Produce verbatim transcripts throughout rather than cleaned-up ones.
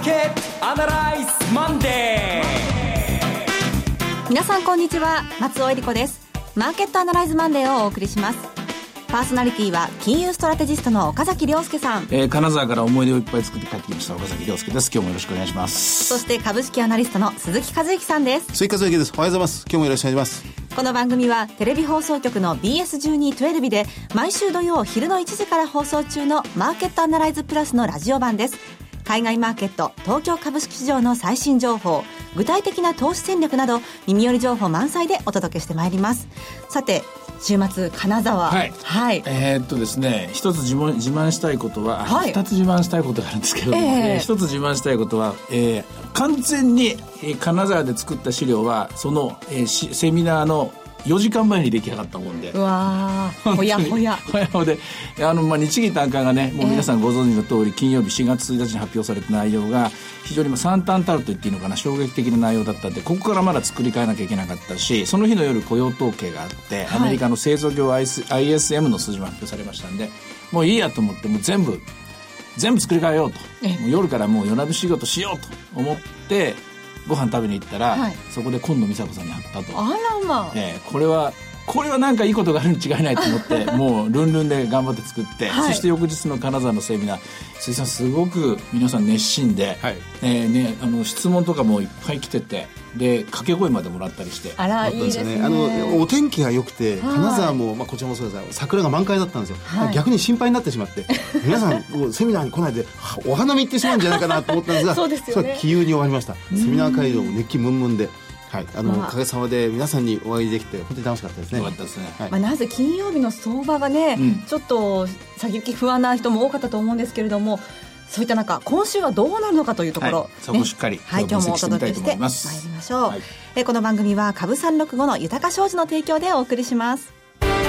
ケットアナライズマンデー。 皆さんこんにちは、松尾恵理子です。マーケットアナライズマンデーをお送りします。パーソナリティは金融ストラテジストの岡崎亮介さん、 えー、金沢から思い出をいっぱい作って帰ってきました岡崎亮介です。今日もよろしくお願いします。 そして株式アナリストの鈴木和之さんです。 鈴木和之です。おはようございます。今日もよろしくお願いします。 この番組はテレビ放送局の ビーエスじゅうに じゅうに で毎週土曜昼のいちじから放送中のマーケットアナライズプラスのラジオ版です。海外マーケット、東京株式市場の最新情報、具体的な投資戦略など耳寄り情報満載でお届けしてまいります。さて週末金沢、 はい、はい、えー、っとですね一つ自慢、自慢したいことは、はい、二つ自慢したいことがあるんですけども、えー、一つ自慢したいことは、えー、完全に、えー、金沢で作った資料はその、えー、セミナーのよじかんまえに出来上がったもんで、 うわーほやほやほやほやで、あの、まあ、日銀短観がねもう皆さんご存知の通り、えー、金曜日しがつついたちに発表された内容が非常に三端たると言っていいのかな、衝撃的な内容だったんで、ここからまだ作り変えなきゃいけなかったし、その日の夜雇用統計があって、はい、アメリカの製造業 アイエスエム の数字も発表されましたんで、もういいやと思ってもう全部全部作り変えようと、もう夜からもう夜なべ仕事しようと思ってご飯食べに行ったら、はい、そこで今野美沙子さんに会ったと。 あらまあ、 えー、これはこれはなんかいいことがあるに違いないと思ってもうルンルンで頑張って作って、はい、そして翌日の金沢のセミナー、鈴木さんすごく皆さん熱心で、はい、えーね、あの質問とかもいっぱい来てて、で掛け声までもらったりして、 あらいいですね。 あのお天気が良くて金沢も、まあ、こちらもそうですが桜が満開だったんですよ、はい、逆に心配になってしまって皆さんセミナーに来ないでお花見行ってしまうんじゃないかなと思ったんですがそうですよね、 気憂に終わりました。セミナー会場も熱気ムンムンで、はい、あの、まあ、おかげさまで皆さんにお会いできて本当に楽しかったですね。 よかったですね、 はい、まあ、なぜ金曜日の相場がね、うん、ちょっと先行き不安な人も多かったと思うんですけれども、そういった中今週はどうなるのかというところ、はい、 そこしっかり、ね、 はい、今日もお届けしてまいりましょう、はい、えこの番組は株さんろくごの豊か商事の提供でお送りします。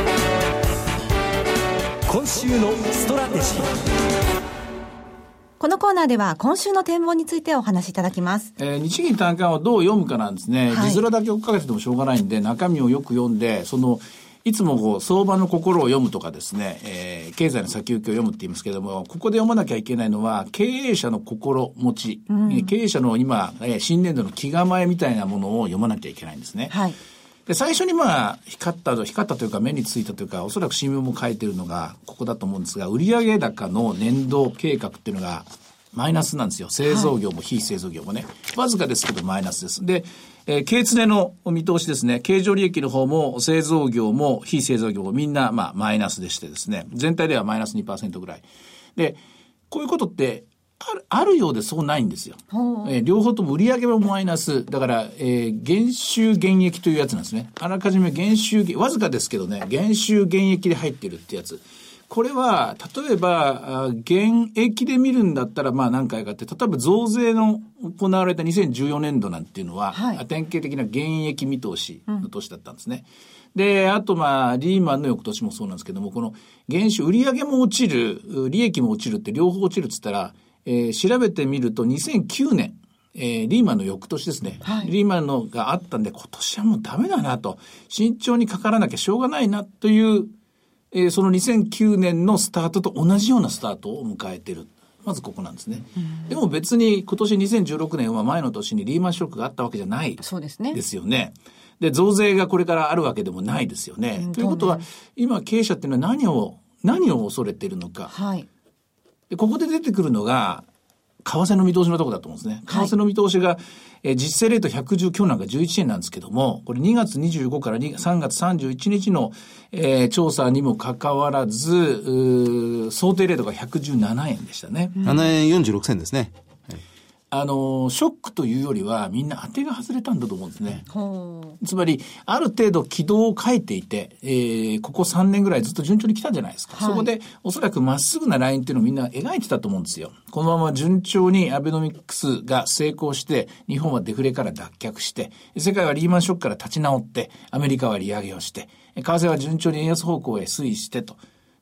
今週のストラテジー。 このコーナーでは今週の展望についてお話しいただきます。 えー、日銀短観をどう読むかなんですね、はい、字面だけ追っかけててもしょうがないんで中身をよく読んで、そのいつもこう相場の心を読むとかですね、えー、経済の先行きを読むって言いますけれども、ここで読まなきゃいけないのは経営者の心持ち、うん、経営者の今、えー、新年度の気構えみたいなものを読まなきゃいけないんですね。はい、で最初にまあ光った光ったというか目についたというか、おそらく新聞も書いてるのがここだと思うんですが、売上高の年度計画っていうのがマイナスなんですよ。製造業も非製造業もね、はい、わずかですけどマイナスです。で、えー、経常の見通しですね、経常利益の方も製造業も非製造業もみんなまあマイナスでしてですね、全体ではマイナス にパーセント ぐらいで、こういうことってある、あるようでそうないんですよ。えー、両方とも売上もマイナスだから、えー、減収減益というやつなんですね。あらかじめ減収わずかですけどね、減収減益で入ってるってやつ。これは例えば減益で見るんだったらまあ何回かって、例えば増税の行われたにせんじゅうよねんどなんていうのは、はい、典型的な減益見通しの年だったんですね、うん、であとまあリーマンの翌年もそうなんですけども、この減収売上も落ちる利益も落ちるって両方落ちるって言ったら、えー、調べてみるとにせんきゅうねん、えー、リーマンの翌年ですね、はい、リーマンのがあったんで今年はもうダメだなと、慎重にかからなきゃしょうがないなというえー、そのにせんきゅうねんのスタートと同じようなスタートを迎えている。まずここなんですね。でも別に今年にせんじゅうろくねんは前の年にリーマンショックがあったわけじゃないですよね。で、増税がこれからあるわけでもないですよね。うん、ということは今経営者っていうのは何を何を恐れているのか、はい、でここで出てくるのが為替の見通しのところだと思うんですね。為替の見通しが、はい、えー、実勢レートひゃくじゅう、今日なんかじゅういちえんなんですけども、これにがつにじゅうごからさんがつさんじゅういちにちの、えー、調査にもかかわらず、想定レートがひゃくじゅうななえんでしたね。 ななえんよんじゅうろくせんですね。 あのショックというよりはみんな当てが外れたんだと思うんですね。つまりある程度軌道を変えていて、えー、ここさんねんぐらいずっと順調に来たんじゃないですか、はい、そこでおそらくまっすぐなラインっていうのをみんな描いてたと思うんですよ。このまま順調にアベノミクスが成功して日本はデフレから脱却して世界はリーマンショックから立ち直ってアメリカは利上げをして為替は順調に円安方向へ推移してと。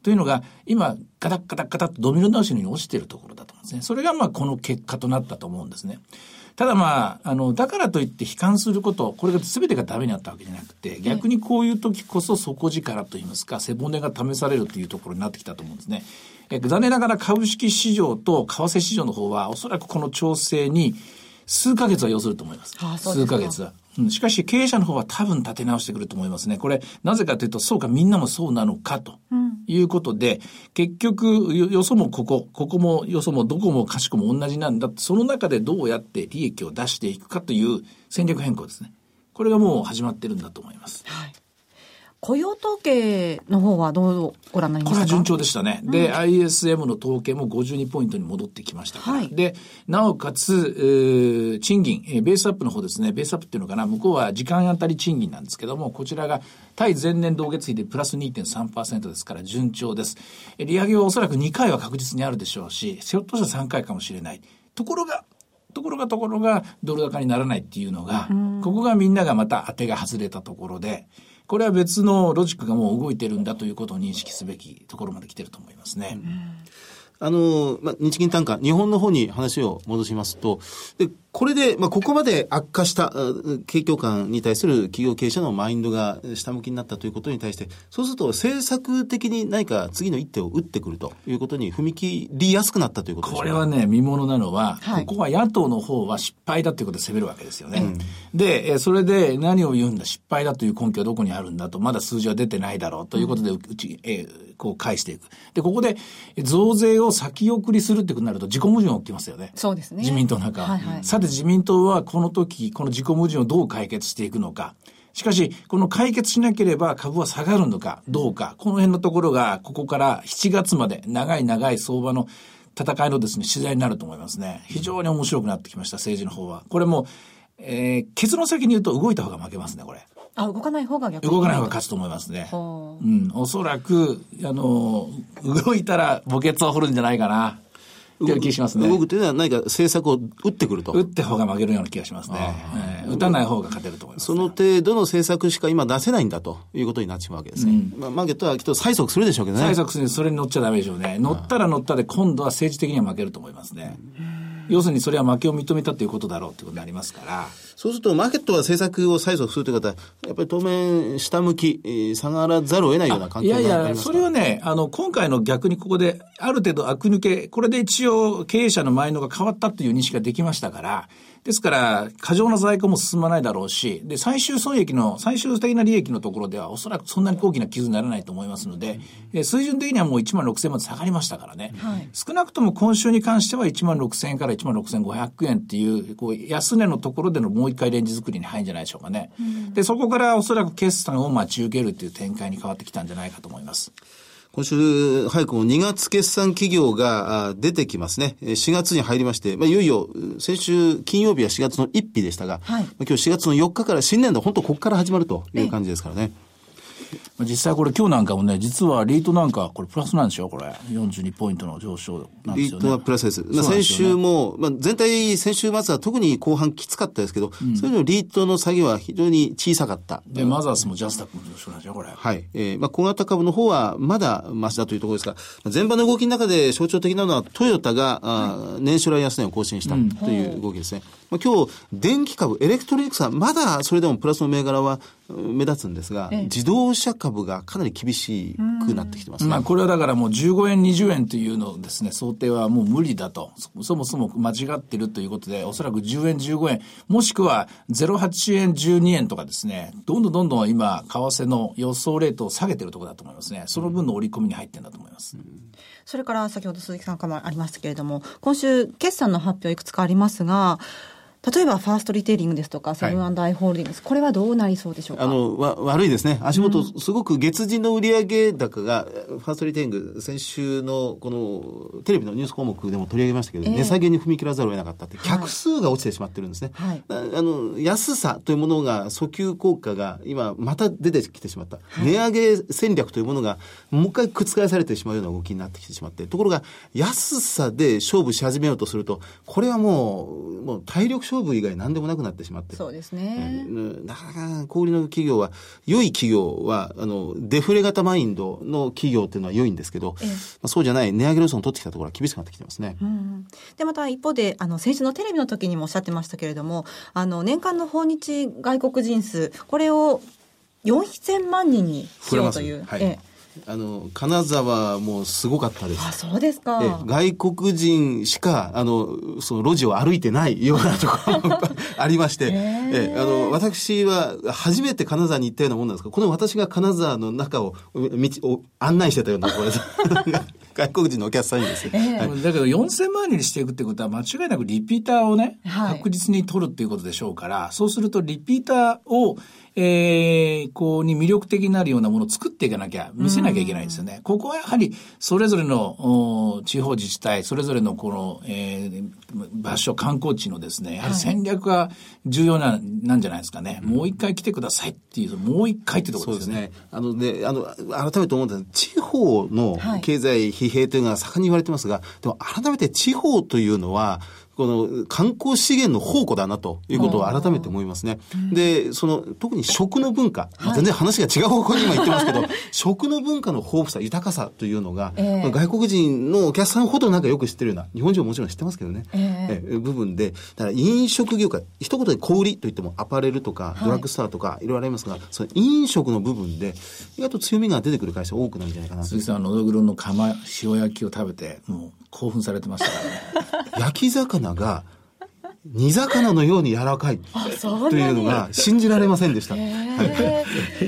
というのが今ガタッガタッガタッとドミノ倒しのように落ちているところだと思うんですね。それがまあこの結果となったと思うんですね。ただまあ、あの、だからといって悲観すること、これが全てがダメになったわけじゃなくて、逆にこういう時こそ底力といいますか、背骨が試されるというところになってきたと思うんですね。え残念ながら株式市場と為替市場の方は、おそらくこの調整に数ヶ月は要すると思います。 ああ、そうですか。 数ヶ月は。うん、しかし経営者の方は多分立て直してくると思いますね。これ、なぜかというと、そうかみんなもそうなのかということで、うん、結局、よそもここ、ここもよそもどこもかしこも同じなんだって、その中でどうやって利益を出していくかという戦略変更ですね。これがもう始まってるんだと思います。はい。 雇用統計の方はどうご覧になりますか？ これは順調でしたね。うん、で、アイエスエム の統計もごじゅうにポイントに戻ってきましたから。はい、で、なおかつ、えー、賃金、えー、ベースアップの方ですね。ベースアップっていうのかな。向こうは時間あたり賃金なんですけども、こちらが対前年同月比でプラス にてんさんパーセント ですから順調です。利上げはおそらくにかいは確実にあるでしょうし、ひょっとしたらさんかいかもしれない。ところが、ところがところがドル高にならないっていうのが、ここがみんながまた当てが外れたところで、これは別のロジックがもう動いてるんだということを認識すべきところまで来てると思いますね。うん、 あの、まあ、日銀短観、日本の方に話を戻しますと、で、これで、まあ、ここまで悪化した景況感に対する企業経営者のマインドが下向きになったということに対して、そうすると政策的に何か次の一手を打ってくるということに踏み切りやすくなったということでしょうか。 これはね、見ものなのは、はい、ここは野党の方は失敗だということで責めるわけですよね。うん、で、それで何を言うんだ、失敗だという根拠はどこにあるんだと、まだ数字は出てないだろうということで、うち、えー、こう返していく。で、ここで増税を先送りするってことになると自己矛盾が起きますよね。 そうですね。 自民党なんかは。はいはい、さて自民党はこの時、この自己矛盾をどう解決していくのか。しかし、この解決しなければ株は下がるのかどうか。この辺のところが、ここからしちがつまで長い長い相場の戦いのですね、取材になると思いますね。非常に面白くなってきました、政治の方は。これも、えー、結論先に言うと動いた方が負けますね、これ。 あ、動かない方が逆に動かない方が勝つと思いますね。うん。おそらく、あの、動いたら墓穴を掘るんじゃないかな。という気がしますね。 動くというのは何か政策を打ってくると。 打って方が負けるような気がしますね。えー、打たない方が勝てると思います、 ね。その程度の政策しか今出せないんだということになってしまうわけですね。うん、まあ、マーケットはきっと催促するでしょうけどね。 催促するそれに乗っちゃダメでしょうね。乗ったら乗ったで今度は政治的には負けると思いますね。要するにそれは負けを認めたということだろうということになりますから。 そうするとマーケットは政策を催促するという方はやっぱり当面下向き、えー、下がらざるを得ないような環境になりますか。 いやいや、それはね、あの今回の逆にここである程度悪抜け、これで一応経営者のマインドが変わったという認識ができましたから、ですから過剰な在庫も進まないだろうし、で最終損益の最終的な利益のところではおそらくそんなに大きな傷にならないと思いますので、うん、水準的にはもういちまんろくせんまで下がりましたからね、はい、少なくとも今週に関してはいちまんろくせんえんからいちまんろくせんごひゃくえんっていうこう安値のところでのもう一回レンジ作りに入るんじゃないでしょうかね、うん、でそこからおそらく決算を待ち受けるという展開に変わってきたんじゃないかと思います。 今週早くもにがつ決算企業が出てきますね。しがつに入りまして、まあ、いよいよ先週金曜日はしがつのついたちでしたが、はい、今日しがつのよっかから新年度本当ここから始まるという感じですからね。 実際これ今日なんかもね、実はリートなんかこれプラスなんですよ、これよんじゅうにポイントの上昇なんですよね。 リートはプラスです。まあ、先週も、まあ、全体先週末は特に後半きつかったですけど、うん、それでもリートの下げは非常に小さかった。 で、マザースもジャスダックも上昇なんですよ、これ。 はい。えー、まあ小型株の方はまだマシだというところですが、全般の動きの中で象徴的なのはトヨタが、はい、年初来安値を更新したという動きですね。うん、まあ、今日電気株エレクトロニクスはまだそれでもプラスの銘柄は目立つんですが、ええ、自動車株がかなり厳しくなってきてますね。 まあ、これはだからもうじゅうごえんにじゅうえんというのですね、想定はもう無理だと、そもそも間違っているということで、おそらくじゅうえんじゅうごえんもしくはゼロはちえんじゅうにえんとかですね、どんどんどんどん今為替の予想レートを下げているところだと思いますね。その分の織り込みに入っているんだと思います。うん、 それから先ほど鈴木さんからもありましたけれども、今週決算の発表いくつかありますが、例えばファーストリテイリングですとかセブン&アイ・ホールディングス、はい、これはどうなりそうでしょうか。 あのわ悪いですね。足元、うん、すごく月次の売上高がファーストリテイリング先週のこのテレビのニュース項目でも取り上げましたけど、えー、値下げに踏み切らざるを得なかったって、客数が落ちてしまってるんですね、はい、あの安さというものが訴求効果が今また出てきてしまった、はい、値上げ戦略というものがもう一回覆されてしまうような動きになってきてしまって、ところが安さで勝負し始めようとすると、これはもう、もう体力勝勝負以外何でもなくなってしまってる。 そうですね。 えー、なかなか小売りの企業は、良い企業は、あの、デフレ型マインドの企業っていうのは良いんですけど、えーまあ、そうじゃない値上げ路線を取ってきたところは厳しくなってきてますね。 うん、で、また一方で、あの、先週のテレビの時にもおっしゃってましたけれども、あの、年間の訪日外国人数、これをよんせんまんにんにしようという。 はい、えーあの、金沢もすごかったです。 あ、そうですか。 え外国人しか、あの、その路地を歩いてないようなところがありまして、えあの、私は初めて金沢に行ったようなもんなんですが、この私が金沢の中を、道を案内してたようなところです。外国人のお客さんにですね、えーはい、だけどよんせんまんにんにしていくってことは間違いなくリピーターをね、はい、確実に取るっていうことでしょうから、そうするとリピーターをえー、こうに魅力的になるようなものを作っていかなきゃ、見せなきゃいけないんですよね。ここはやはりそれぞれの地方自治体、それぞれのこの、えー、場所、観光地のですね、やはり戦略が重要な、なんじゃないですかね。もう一回来てくださいっていう、もう一回ってところですね。 そうですね。あのね、あの、改めて思うんですが、地方の経済疲弊というのは盛んに言われてますが、でも改めて地方というのは、この観光資源の宝庫だなということを改めて思いますね。で、その特に食の文化、まあ、全然話が違う方向に今言ってますけど、はい、食の文化の豊富さ、豊かさというのが、えー、外国人のお客さんほどなんかよく知ってるような、日本人はもちろん知ってますけどね、えー、え部分で、だから飲食業界、一言で小売りといってもアパレルとかドラッグストアとかいろいろありますが、はい、その飲食の部分で意外と強みが出てくる会社多くなるんじゃないかなと。 鈴木さん、のどぐろの釜塩焼きを食べてもう興奮されてましたからね。 焼き魚が煮魚のように柔らかいというのが信じられませんでした。はい、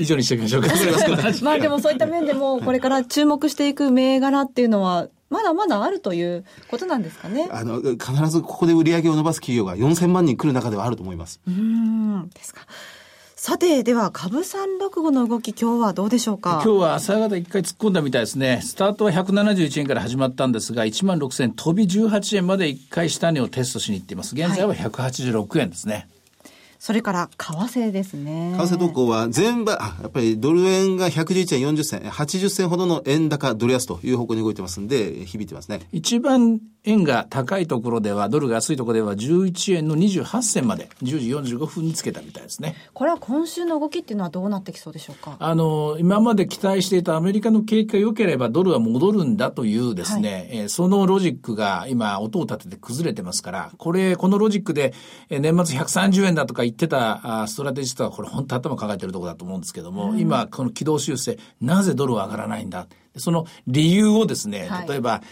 以上にしておきましょうか。 まあでもそういった面でもこれから注目していく銘柄っていうのはまだまだあるということなんですかね。 あの必ずここで売り上げを伸ばす企業がよんせんまんにん来る中ではあると思います。 うーんですか。さて、では株さんろくごの動き、今日はどうでしょうか。 今日は朝方一回突っ込んだみたいですね。スタートはひゃくななじゅういちえんから始まったんですが、いちまんろくせん飛びじゅうはちえんまで一回下値をテストしに行っています。現在はひゃくはちじゅうろくえんですね。はい、 それから為替ですね。 為替動向は全場、あ、やっぱりドル円がひゃくじゅういちえんよんじゅっせん、はちじゅっせんほどの円高ドル安という方向に動いてますんで、響いてますね。 一番円が高いところでは、ドルが安いところではじゅういちえんのにじゅうはっせんまでじゅうじよんじゅうごふんにつけたみたいですね。 これは今週の動きっていうのはどうなってきそうでしょうか。 あの、今まで期待していたアメリカの景気が良ければドルは戻るんだというですね、はい、えー、そのロジックが今音を立てて崩れてますから、これ、このロジックで、えー、年末ひゃくさんじゅうえんだとか言ってたあストラテジストはこれ本当頭抱えてるところだと思うんですけども、うん、今この軌道修正、なぜドルは上がらないんだ、その理由をですね、例えば、はい、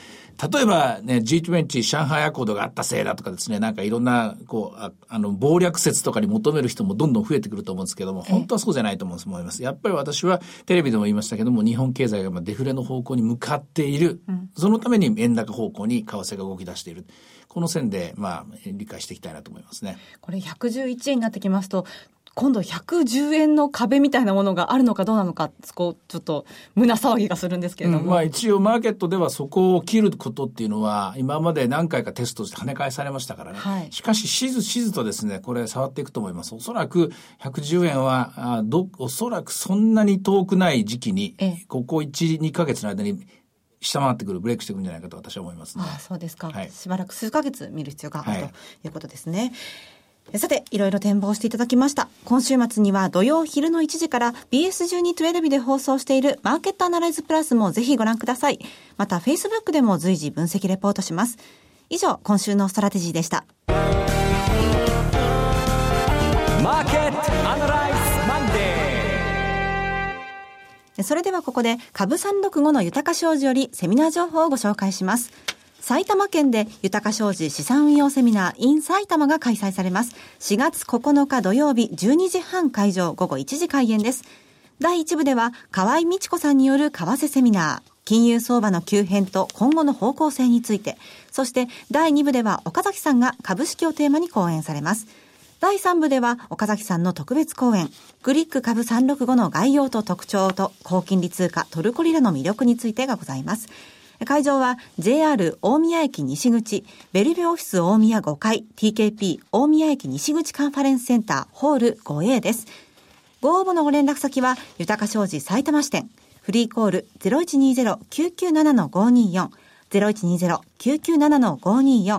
例えばね、ジートゥエンティー 上海アコードがあったせいだとかですね、なんかいろんな、こう、あ, あの、謀略説とかに求める人もどんどん増えてくると思うんですけども、本当はそうじゃないと思います。やっぱり私はテレビでも言いましたけども、日本経済が今デフレの方向に向かっている。うん、そのために円高方向に為替が動き出している。この線で、まあ、理解していきたいなと思いますね。 これひゃくじゅういちえんになってきますと、今度ひゃくじゅうえんの壁みたいなものがあるのかどうなのか、そこちょっと胸騒ぎがするんですけれども、 うん、まあ一応マーケットではそこを切ることっていうのは今まで何回かテストして跳ね返されましたからね、はい、しかししずしずとですねこれ触っていくと思います。おそらくひゃくじゅうえんはあどおそらくそんなに遠くない時期に、ええ、ここいち、にかげつの間に下回ってくる、ブレイクしてくるんじゃないかと私は思いますね。 ああ、そうですか、はい、しばらく数ヶ月見る必要がある、はい、ということですね。さて、いろいろ展望していただきました。今週末には土曜昼のいちじから ビーエスじゅうに じゅうに で放送しているマーケットアナライズプラスもぜひご覧ください。また Facebook でも随時分析レポートします。以上、今週のストラテジーでした。 マーケットアナライズマンデー。それではここで株さんろくごの豊か商事よりセミナー情報をご紹介します。埼玉県で豊か商事資産運用セミナー in 埼玉が開催されます。しがつここのか土曜日じゅうにじはん会場、午後いちじ開演です。だいいち部では河合美智子さんによる為替セミナー、金融相場の急変と今後の方向性について、そしてだいに部では岡崎さんが株式をテーマに講演されます。だいさん部では岡崎さんの特別講演、グリック株さんろくごの概要と特徴と高金利通貨トルコリラの魅力についてがございます。会場は ジェイアール 大宮駅西口、ベルビューオフィス大宮ごかい、ティーケーピー 大宮駅西口カンファレンスセンターホール ごエー です。ご応募のご連絡先は豊か商事埼玉支店、フリーコール ゼロいちにゼロ きゅうきゅうなな ごにーよん、ゼロいちにゼロ きゅうきゅうなな ごにーよん、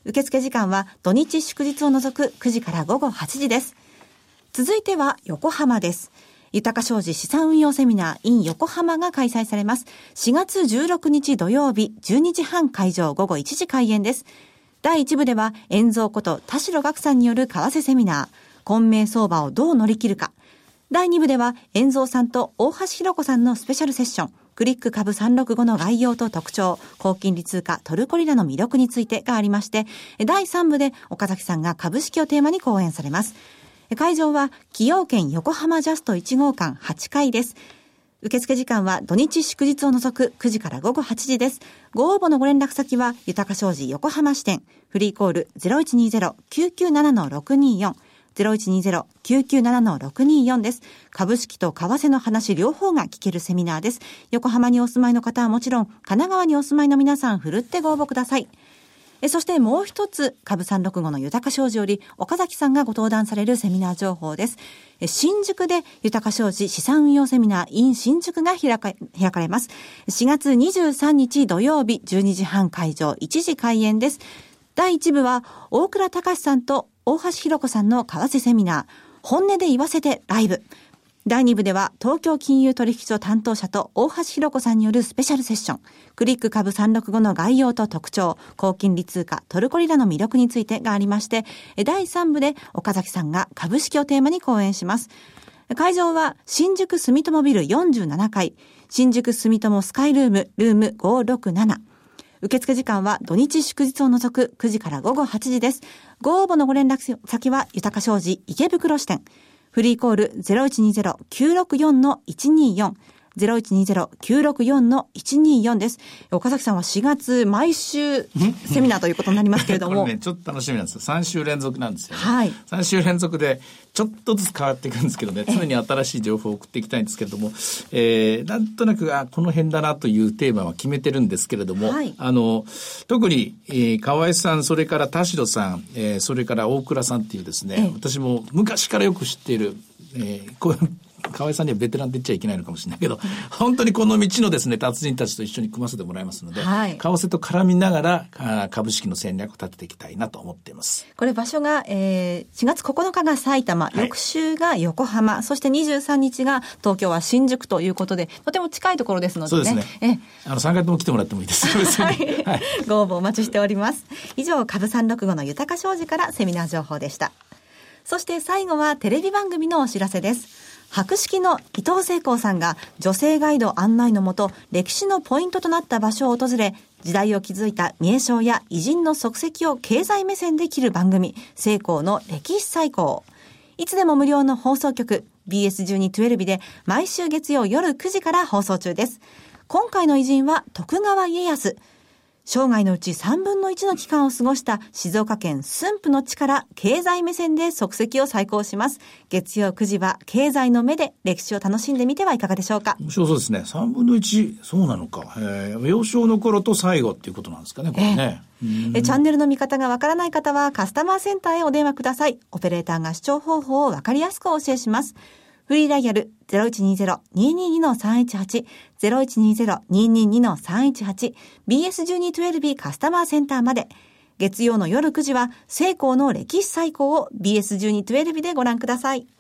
受付時間は土日祝日を除くくじから午後はちじです。続いては横浜です。豊商事資産運用セミナー in 横浜が開催されます。しがつじゅうろくにち土曜日じゅうにじはん会場、午後いちじ開演です。だいいち部では遠蔵こと田代岳さんによる為替セミナー、混迷相場をどう乗り切るか。だいに部では遠蔵さんと大橋弘子さんのスペシャルセッション、クリック株さんろくごの概要と特徴、高金利通貨トルコリラの魅力についてがありまして、だいさん部で岡崎さんが株式をテーマに講演されます。会場は崎陽軒横浜ジャストいち号館はちかいです。受付時間は土日祝日を除くくじから午後はちじです。ご応募のご連絡先は豊商事横浜支店、フリーコール ゼロいちにゼロ きゅうきゅうなな ろくにーよん ゼロいちにゼロ きゅうきゅうなな ろくにーよん です。株式と為替の話両方が聞けるセミナーです。横浜にお住まいの方はもちろん、神奈川にお住まいの皆さん、ふるってご応募ください。えそしてもう一つ、株さんろくごの豊商事より岡崎さんがご登壇されるセミナー情報です。え新宿で豊商事資産運用セミナー in 新宿が開か、開かれます。しがつにじゅうさんにち土曜日じゅうにじはん会場、いちじ開演です。だいいち部は大倉隆さんと大橋弘子さんの為替セミナー、本音で言わせてライブ。だいに部では東京金融取引所担当者と大橋弘子さんによるスペシャルセッション、クリック株さんろくごの概要と特徴、高金利通貨トルコリラの魅力についてがありまして、だいさん部で岡崎さんが株式をテーマに講演します。会場は新宿住友ビルよんじゅうななかい、新宿住友スカイルームルームごーろくなな。受付時間は土日祝日を除くくじから午後はちじです。ご応募のご連絡先は豊商事池袋支店、フリーコール ゼロいちにゼロ きゅうろくよん いちにーよん ゼロいちにゼロ きゅうろくよん いちにーよん です。岡崎さんはしがつ毎週セミナーということになりますけれどもこれねちょっと楽しみなんですよ。さん週連続なんですよね、 はい、 さん週連続でちょっとずつ変わっていくんですけどね、常に新しい情報を送っていきたいんですけれども、えー、なんとなくあこの辺だなというテーマは決めてるんですけれども、はい、あの特に、えー、河合さん、それから田代さん、えー、それから大倉さんっていうですね、ええ、私も昔からよく知っている、えー、こう河合さんにはベテランって言っちゃいけないのかもしれないけど、本当にこの道のですね達人たちと一緒に組ませてもらいますので、はい、為替と絡みながら株式の戦略を立てていきたいなと思っています。 これ場所が、えー、しがつここのかが埼玉、はい、翌週が横浜、そしてにじゅうさんにちが東京は新宿ということで、とても近いところですのでね。 そうですね。えあのさんかいとも来てもらってもいいです。はい、 はい、ご応募お待ちしております。以上、株さんろくごの豊商事からセミナー情報でした。そして最後はテレビ番組のお知らせです。博識の伊藤聖光さんが女性ガイド案内のもと、歴史のポイントとなった場所を訪れ、時代を築いた名将や偉人の足跡を経済目線で切る番組、聖光の歴史再考。いつでも無料の放送局 ビーエスじゅうに じゅうに で毎週月曜夜くじから放送中です。今回の偉人は徳川家康。生涯のうちさんぶんのいちの期間を過ごした静岡県駿府の地から経済目線で足跡を再考します。月曜くじは経済の目で歴史を楽しんでみてはいかがでしょうか。 面白そうですね。さんぶんのいち、そうなのか。えー、幼少の頃と最後っていうことなんですかね、これね。 えー、えチャンネルの見方がわからない方はカスタマーセンターへお電話ください。オペレーターが視聴方法をわかりやすくお教えします。フリーダイヤル ゼロいちにゼロ にーにーにー さんいちはち ゼロいちにゼロ にーにーにー さんいちはち ビーエスじゅうに じゅうに カスタマーセンターまで。月曜の夜くじは聖光の歴史再考を ビーエスじゅうに じゅうに でご覧ください。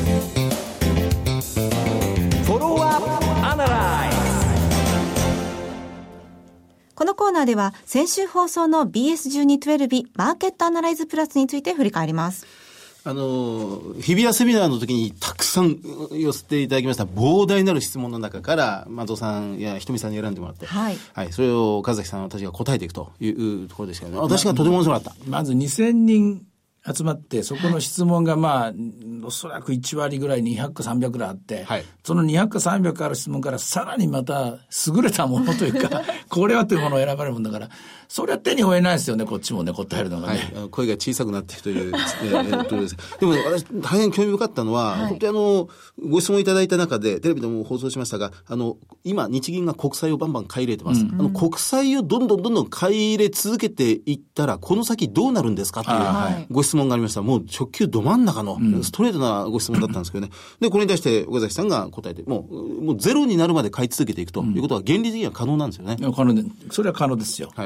このコーナーでは先週放送の ビーエスじゅうに じゅうに マーケットアナライズプラスについて振り返ります。 あの日比谷セミナーの時にたくさん寄せていただきました膨大なる質問の中から松尾さんやひとみさんに選んでもらって、はいはい、それを岡崎さん私が答えていくというところですけど、ね、私がとても面白かった。 まずにせんにん集まって、そこの質問がまあ、おそらくいちわりぐらいにひゃくかさんびゃくぐらいあって、はい、そのにひゃくかさんびゃくある質問からさらにまた優れたものというか、これはというものを選ばれるもんだから、それは手に負えないですよね、こっちもね、答えるのがね。 はい、声が小さくなっていくという、えー、とです。でもね、私、大変興味深かったのは、はい、本当にあの、ご質問いただいた中で、テレビでも放送しましたが、あの、今、日銀が国債をバンバン買い入れてます。うん、あの国債をどんどんどんどん買い入れ続けていったら、この先どうなるんですかというご質問がありました。もう直球ど真ん中のストレートなご質問だったんですけどね。で、これに対して岡崎さんが答えて、もう、もうゼロになるまで買い続けていくということは原理的には可能なんですよね。 可能で、それは可能ですよ。 はい。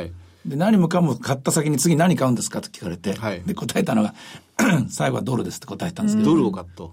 で何もかも買った先に次何買うんですかと聞かれて、はい、で答えたのが最後はドルですって答えたんですけど、 ドルを買うと、うん、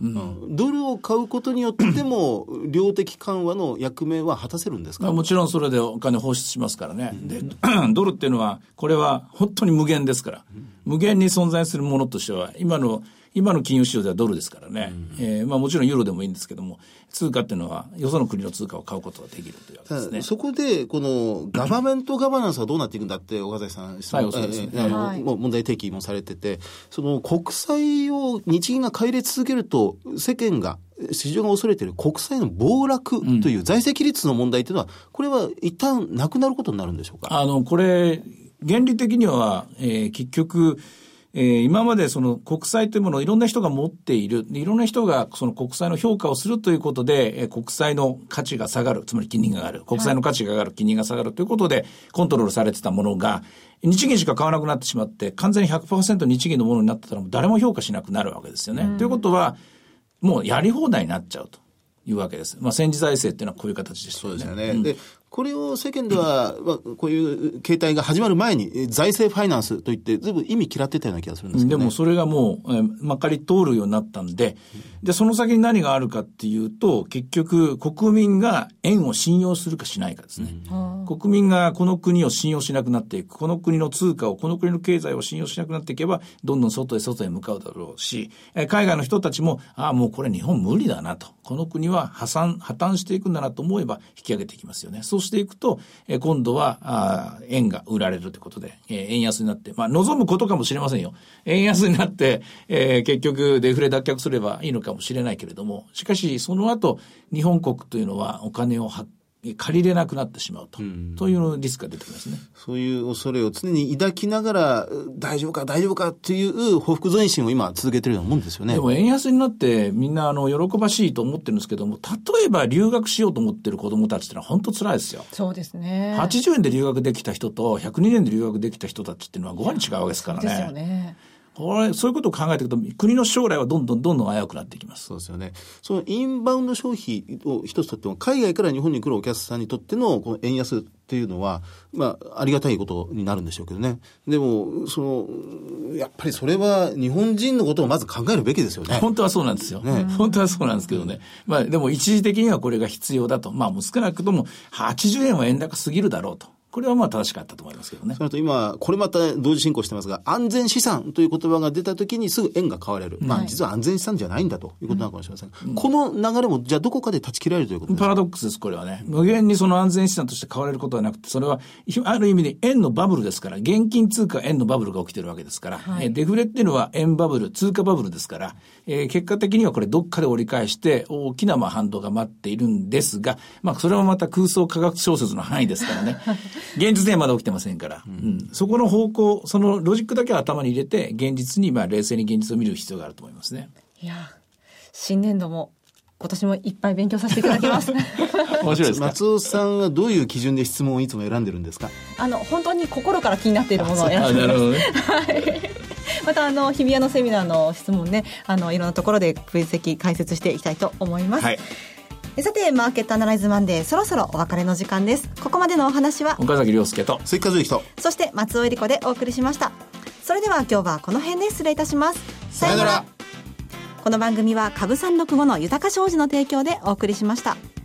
ドルを買うことによっても量的緩和の役目は果たせるんですか？ もちろんそれでお金放出しますからね、うん、でドルっていうのはこれは本当に無限ですから、うん、無限に存在するものとしては今の今の金融市場ではドルですからね、うんえーまあ、もちろんユーロでもいいんですけども、通貨っていうのはよその国の通貨を買うことができるというわけですね。 そこでこのガバメントガバナンスはどうなっていくんだって岡崎さん質問、はいですねえーはい、もう問題提起もされてて、その国債を日銀が買い入れ続けると世間が市場が恐れている国債の暴落という財政規律の問題というのは、これは一旦なくなることになるんでしょうか？ あのこれ原理的には、えー、結局えー、今までその国債というものをいろんな人が持っている、いろんな人がその国債の評価をするということで、えー、国債の価値が下がる、つまり金利が上がる、国債の価値が上がる、金利が下がるということでコントロールされてたものが、日銀しか買わなくなってしまって、完全に ひゃくパーセント 日銀のものになってたら誰も評価しなくなるわけですよね。うん、ということは、もうやり放題になっちゃうというわけです。まあ、戦時財政っていうのはこういう形ですよね。 そうですよね。うん、でこれを世間では、まあ、こういう形態が始まる前に財政ファイナンスといってずいぶん意味嫌ってたような気がするんですけどね。 でもそれがもう、えー、まかり通るようになったんで、でその先に何があるかっていうと、結局国民が円を信用するかしないかですね。うん、国民がこの国を信用しなくなっていく、この国の通貨を、この国の経済を信用しなくなっていけば、どんどん外へ外へ向かうだろうし、えー、海外の人たちも、ああもうこれ日本無理だなと、この国は破産破綻していくんだなと思えば引き上げていきますよね。そうしていくと、えー、今度はあ円が売られるということで、えー、円安になって、まあ望むことかもしれませんよ。円安になって、えー、結局デフレ脱却すればいいのかもしれないけれども、しかしその後日本国というのはお金を発借りれなくなってしまうと、うん、というリスクが出てきますね。 そういう恐れを常に抱きながら大丈夫か大丈夫かという報復前進を今続けているようなもんですよね。 でも円安になってみんなあの喜ばしいと思ってるんですけども、例えば留学しようと思ってる子どもたちってのは本当辛いですよ。 そうですね。 はちじゅうえんで留学できた人とひゃくにねんで留学できた人たちっていうのはご割違うわけですからね。 そうですよね。 これそういうことを考えていくと国の将来はどんどんどんどん危うくなっていきます。 そうですよね。そのインバウンド消費を一つとっても、海外から日本に来るお客さんにとってのこの円安っていうのは、まあありがたいことになるんでしょうけどね。でもそのやっぱりそれは日本人のことをまず考えるべきですよね。 本当はそうなんですよ。ね、本当はそうなんですけどね。まあでも一時的にはこれが必要だと。まあもう少なくともはちじゅうえんは円高すぎるだろうと。これはまあ正しかったと思いますけどね。 そのと今これまた同時進行してますが、安全資産という言葉が出たときにすぐ円が買われる、うん、まあ実は安全資産じゃないんだということなのかもしれません、うん、この流れもじゃあどこかで断ち切られるということですか？ パラドックスです。これはね、無限にその安全資産として買われることはなくて、それはある意味で円のバブルですから、現金通貨円のバブルが起きてるわけですから、はい、えデフレっていうのは円バブル、通貨バブルですから、えー、結果的にはこれどっかで折り返して大きなまあ反動が待っているんですが、まあそれはまた空想科学小説の範囲ですからね現実ではまだ起きてませんから、うんうん、そこの方向、そのロジックだけは頭に入れて現実にまあ冷静に現実を見る必要があると思いますね。 いや新年度も今年もいっぱい勉強させていただきます面白いですか？ 松尾さんはどういう基準で質問をいつも選んでるんですか？ あの本当に心から気になっているものを選んでます。 なるほどねはいまたあの日比谷のセミナーの質問ね、あのいろんなところで分析解説していきたいと思います、はい、さてマーケットアナライズマンデー、そろそろお別れの時間です。ここまでのお話は岡崎亮介と関和之と、 そして松尾恵理子でお送りしました。それでは今日はこの辺で失礼いたします。 さよなら。 この番組は株さんろくごの豊か商事の提供でお送りしました。